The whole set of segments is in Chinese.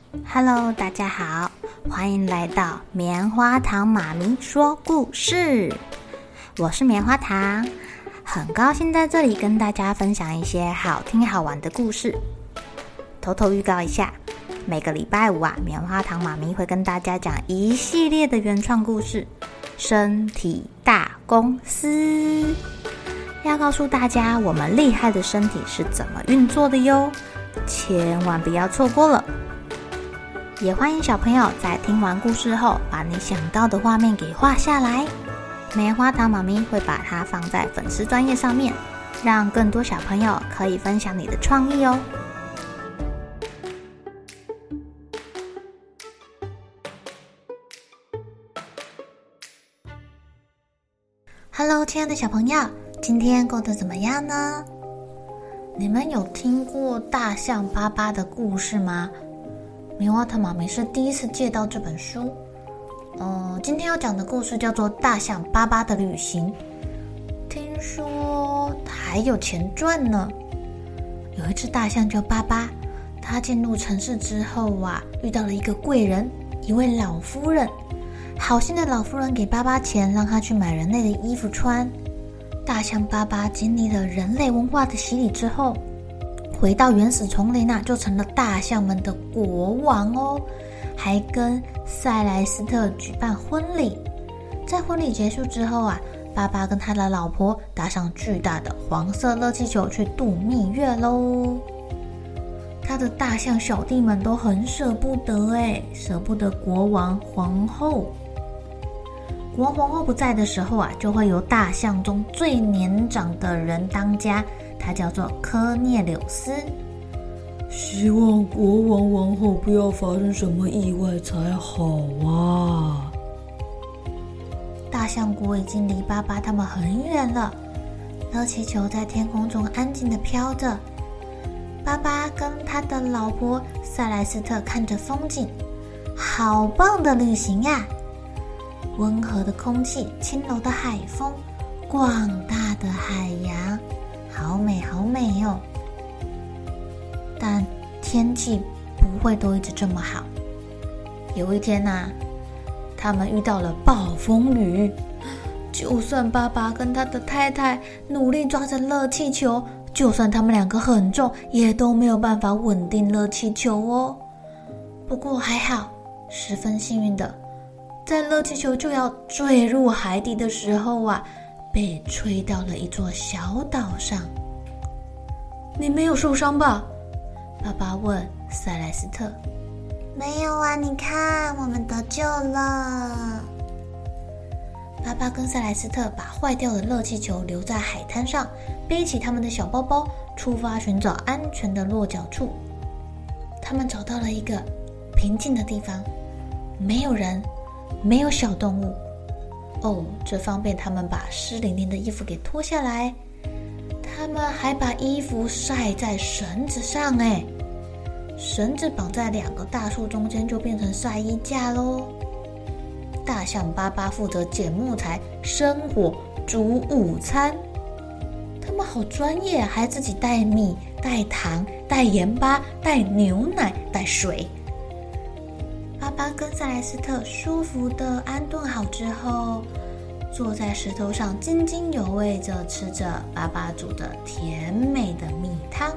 Hello， 大家好，欢迎来到棉花糖妈咪说故事。我是棉花糖，很高兴在这里跟大家分享一些好听好玩的故事。偷偷预告一下，每个礼拜五棉花糖妈咪会跟大家讲一系列的原创故事，身体大公司。要告诉大家我们厉害的身体是怎么运作的哟，千万不要错过了。也欢迎小朋友在听完故事后，把你想到的画面给画下来。棉花糖妈咪会把它放在粉丝专页上面，让更多小朋友可以分享你的创意哦。Hello， 亲爱的小朋友，今天过得怎么样呢？你们有听过大象巴巴的故事吗？棉花糖妈咪是第一次借到这本书。今天要讲的故事叫做《大象巴巴的旅行》。听说还有前传呢。有一只大象叫巴巴，它进入城市之后遇到了一个贵人，一位老夫人。好心的老夫人给巴巴钱，让他去买人类的衣服穿。大象巴巴经历了人类文化的洗礼之后，回到原始丛林就成了大象们的国王哦，还跟塞莱斯特举办婚礼。在婚礼结束之后巴巴跟他的老婆搭上巨大的黄色热气球去度蜜月咯。他的大象小弟们都很舍不得舍不得国王皇后。国王皇后不在的时候就会由大象中最年长的人当家，他叫做科涅柳斯。希望国王王后不要发生什么意外才好啊。大象国已经离巴巴他们很远了，热气球在天空中安静地飘着。巴巴跟他的老婆塞莱斯特看着风景，好棒的旅行呀！温和的空气，轻柔的海风，广大的海洋，好美好美哦。但天气不会都一直这么好。有一天他们遇到了暴风雨，就算巴巴跟他的太太努力抓着热气球，就算他们两个很重，也都没有办法稳定热气球哦。不过还好，十分幸运的，在热气球就要坠入海底的时候被吹到了一座小岛上。你没有受伤吧？爸爸问塞莱斯特。没有你看，我们得救了。爸爸跟塞莱斯特把坏掉的热气球留在海滩上，背起他们的小包包，出发寻找安全的落脚处。他们找到了一个平静的地方，没有人，没有小动物。这方便他们把湿淋淋的衣服给脱下来。他们还把衣服晒在绳子上绳子绑在两个大树中间，就变成晒衣架咯。大象巴巴负责捡木材、生火、煮午餐。他们好专业，还自己带米、带糖、带盐巴、带牛奶、带水。巴巴跟塞莱斯特舒服的安顿好之后，坐在石头上津津有味着吃着巴巴煮的甜美的蜜汤。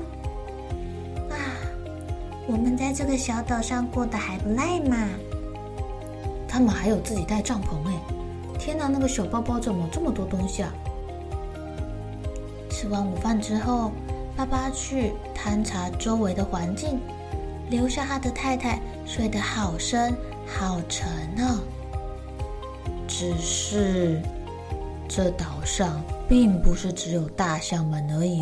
我们在这个小岛上过得还不赖嘛。他们还有自己带帐篷天哪，那个小包包怎么这么多东西吃完午饭之后，巴巴去探查周围的环境，留下他的太太睡得好深好沉只是这岛上并不是只有大象们而已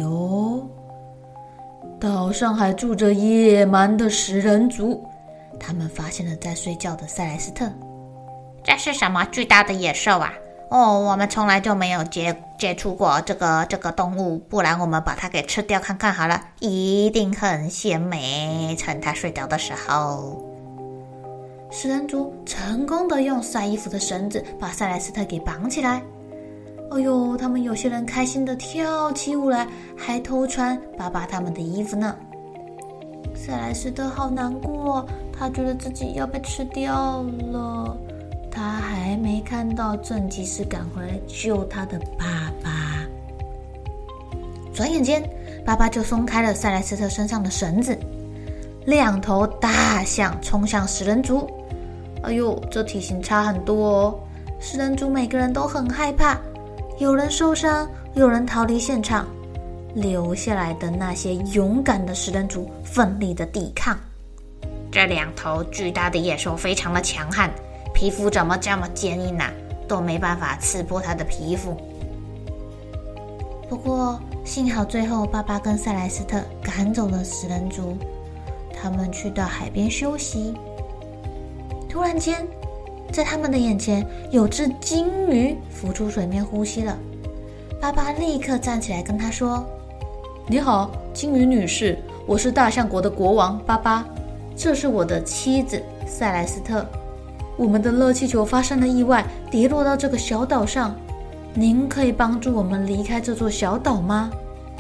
岛上还住着野蛮的食人族。他们发现了在睡觉的塞莱斯特。这是什么巨大的野兽我们从来就没有接触过这个动物，不然我们把它给吃掉看看好了，一定很鲜美，趁它睡着的时候。食人族成功的用晒衣服的绳子把塞莱斯特给绑起来。他们有些人开心的跳起舞来，还偷穿巴巴他们的衣服呢。塞莱斯特好难过， 他觉得自己要被吃掉了。他还没看到正及时赶回来救他的爸爸。转眼间，爸爸就松开了塞莱斯特身上的绳子，2头大象冲向食人族。哎呦，这体型差很多哦！食人族每个人都很害怕，有人受伤，有人逃离现场，留下来的那些勇敢的食人族奋力的抵抗。这2头巨大的野兽非常的强悍，皮肤怎么这么坚硬啊，都没办法刺破它的皮肤。不过幸好最后爸爸跟塞莱斯特赶走了食人族，他们去到海边休息。突然间，在他们的眼前有只金鱼浮出水面呼吸了。爸爸立刻站起来跟他说：你好，金鱼女士，我是大象国的国王巴巴，这是我的妻子塞莱斯特。我们的热气球发生了意外，跌落到这个小岛上，您可以帮助我们离开这座小岛吗？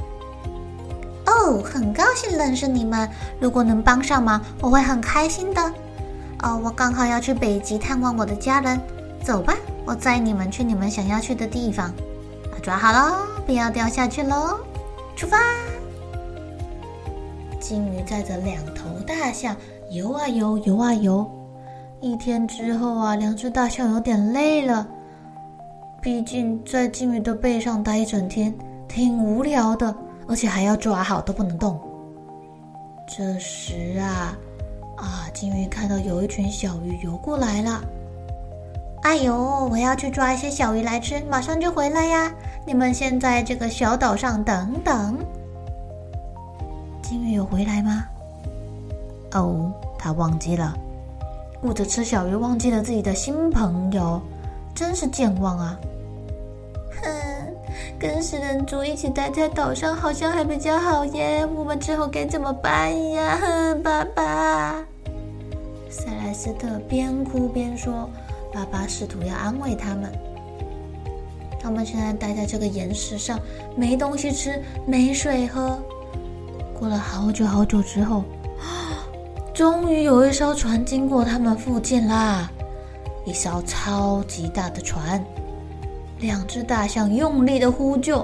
哦，很高兴认识你们，如果能帮上忙，我会很开心的。我刚好要去北极探望我的家人，走吧，我载你们去你们想要去的地方。抓好咯，不要掉下去咯，出发！金鱼载着2头大象游啊游，游啊游。1天之后啊，2只大象有点累了，毕竟在金鱼的背上待一整天挺无聊的，而且还要抓好都不能动。这时金鱼看到有一群小鱼游过来了。哎呦，我要去抓一些小鱼来吃，马上就回来呀！你们先在这个小岛上等等。金鱼有回来吗？哦，他忘记了，顾着吃小鱼忘记了自己的新朋友，真是健忘啊！跟食人族一起待在岛上好像还比较好耶，我们之后该怎么办呀？爸爸。塞莱斯特边哭边说，爸爸试图要安慰他们。他们现在待在这个岩石上，没东西吃，没水喝。过了好久好久之后，终于有一艘船经过他们附近啦，一艘超级大的船。2只大象用力的呼救，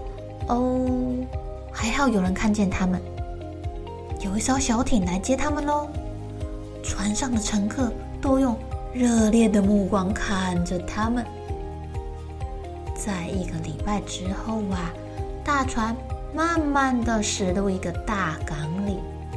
还好有人看见他们，有一艘小艇来接他们咯。船上的乘客都用热烈的目光看着他们。在1个礼拜之后大船慢慢的驶入一个大港里，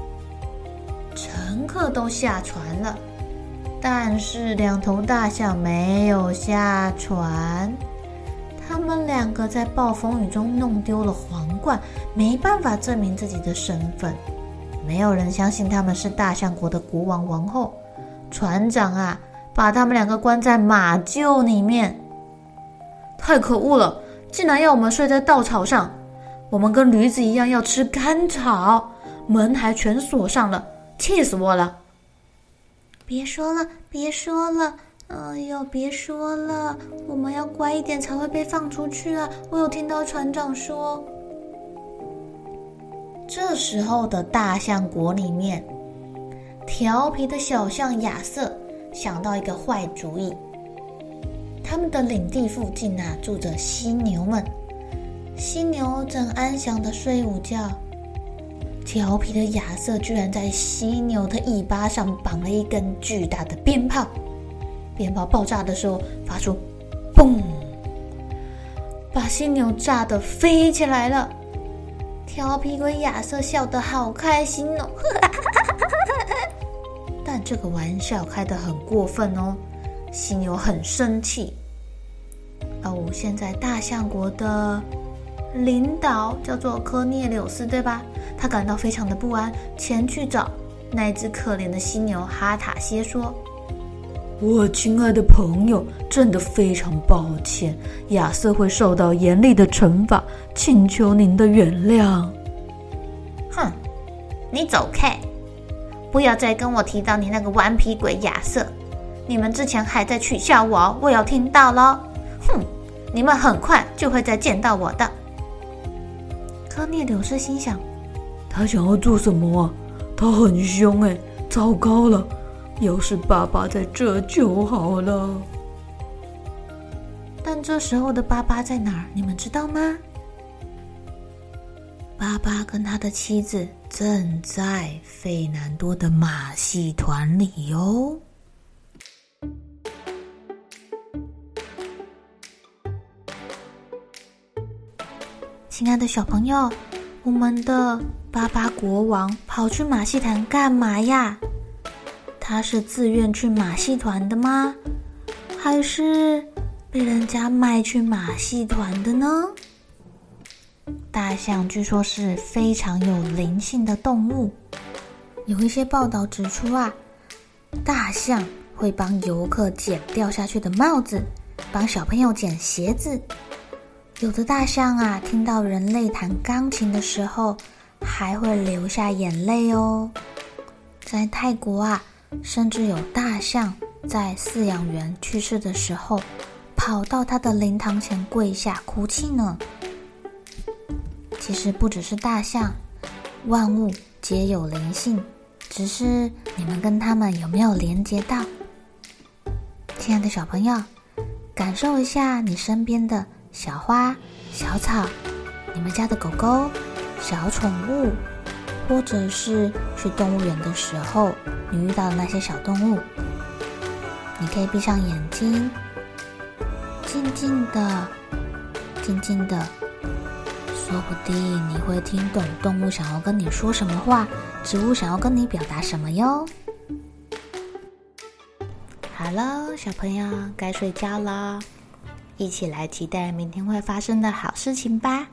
乘客都下船了，但是2头大象没有下船。他们2个在暴风雨中弄丢了皇冠，没办法证明自己的身份，没有人相信他们是大象国的国王王后。船长把他们2个关在马厩里面。太可恶了，竟然要我们睡在稻草上，我们跟驴子一样要吃干草，门还全锁上了，气死我了！别说了，别说了，哎呦，别说了，我们要乖一点才会被放出去啊！我有听到船长说。这时候的大象国里面，调皮的小象亚瑟想到一个坏主意。他们的领地附近住着犀牛们，犀牛正安详地睡午觉。调皮的亚瑟居然在犀牛的尾巴上绑了一根巨大的鞭炮，鞭炮爆炸的时候发出嘣，把犀牛炸得飞起来了。调皮鬼亚瑟笑得好开心哦，但这个玩笑开得很过分哦，犀牛很生气。现在大象国的领导叫做科涅柳斯，对吧？他感到非常的不安，前去找那只可怜的犀牛哈塔歇说：我亲爱的朋友，真的非常抱歉，亚瑟会受到严厉的惩罚，请求您的原谅。哼，你走开，不要再跟我提到你那个顽皮鬼亚瑟，你们之前还在取笑我，我有听到咯。哼，你们很快就会再见到我的。科涅柳斯心想，他想要做什么啊？他很凶糟糕了， 要是爸爸在这就好了。 但这时候的爸爸在哪儿？你们知道吗？爸爸跟他的妻子正在费南多的马戏团里哟。亲爱的小朋友，我们的巴巴国王跑去马戏团干嘛呀？他是自愿去马戏团的吗？还是被人家卖去马戏团的呢？大象据说是非常有灵性的动物，有一些报道指出啊，大象会帮游客捡掉下去的帽子，帮小朋友捡鞋子。有的大象啊，听到人类弹钢琴的时候，还会流下眼泪哦。在泰国啊，甚至有大象在饲养员去世的时候，跑到他的灵堂前跪下哭泣呢。其实不只是大象，万物皆有灵性，只是你们跟他们有没有连接到？亲爱的小朋友，感受一下你身边的小花、小草，你们家的狗狗、小宠物，或者是去动物园的时候你遇到的那些小动物。你可以闭上眼睛，静静的说不定你会听懂动物想要跟你说什么话，植物想要跟你表达什么哟。好了，小朋友该睡觉了，一起来期待明天会发生的好事情吧。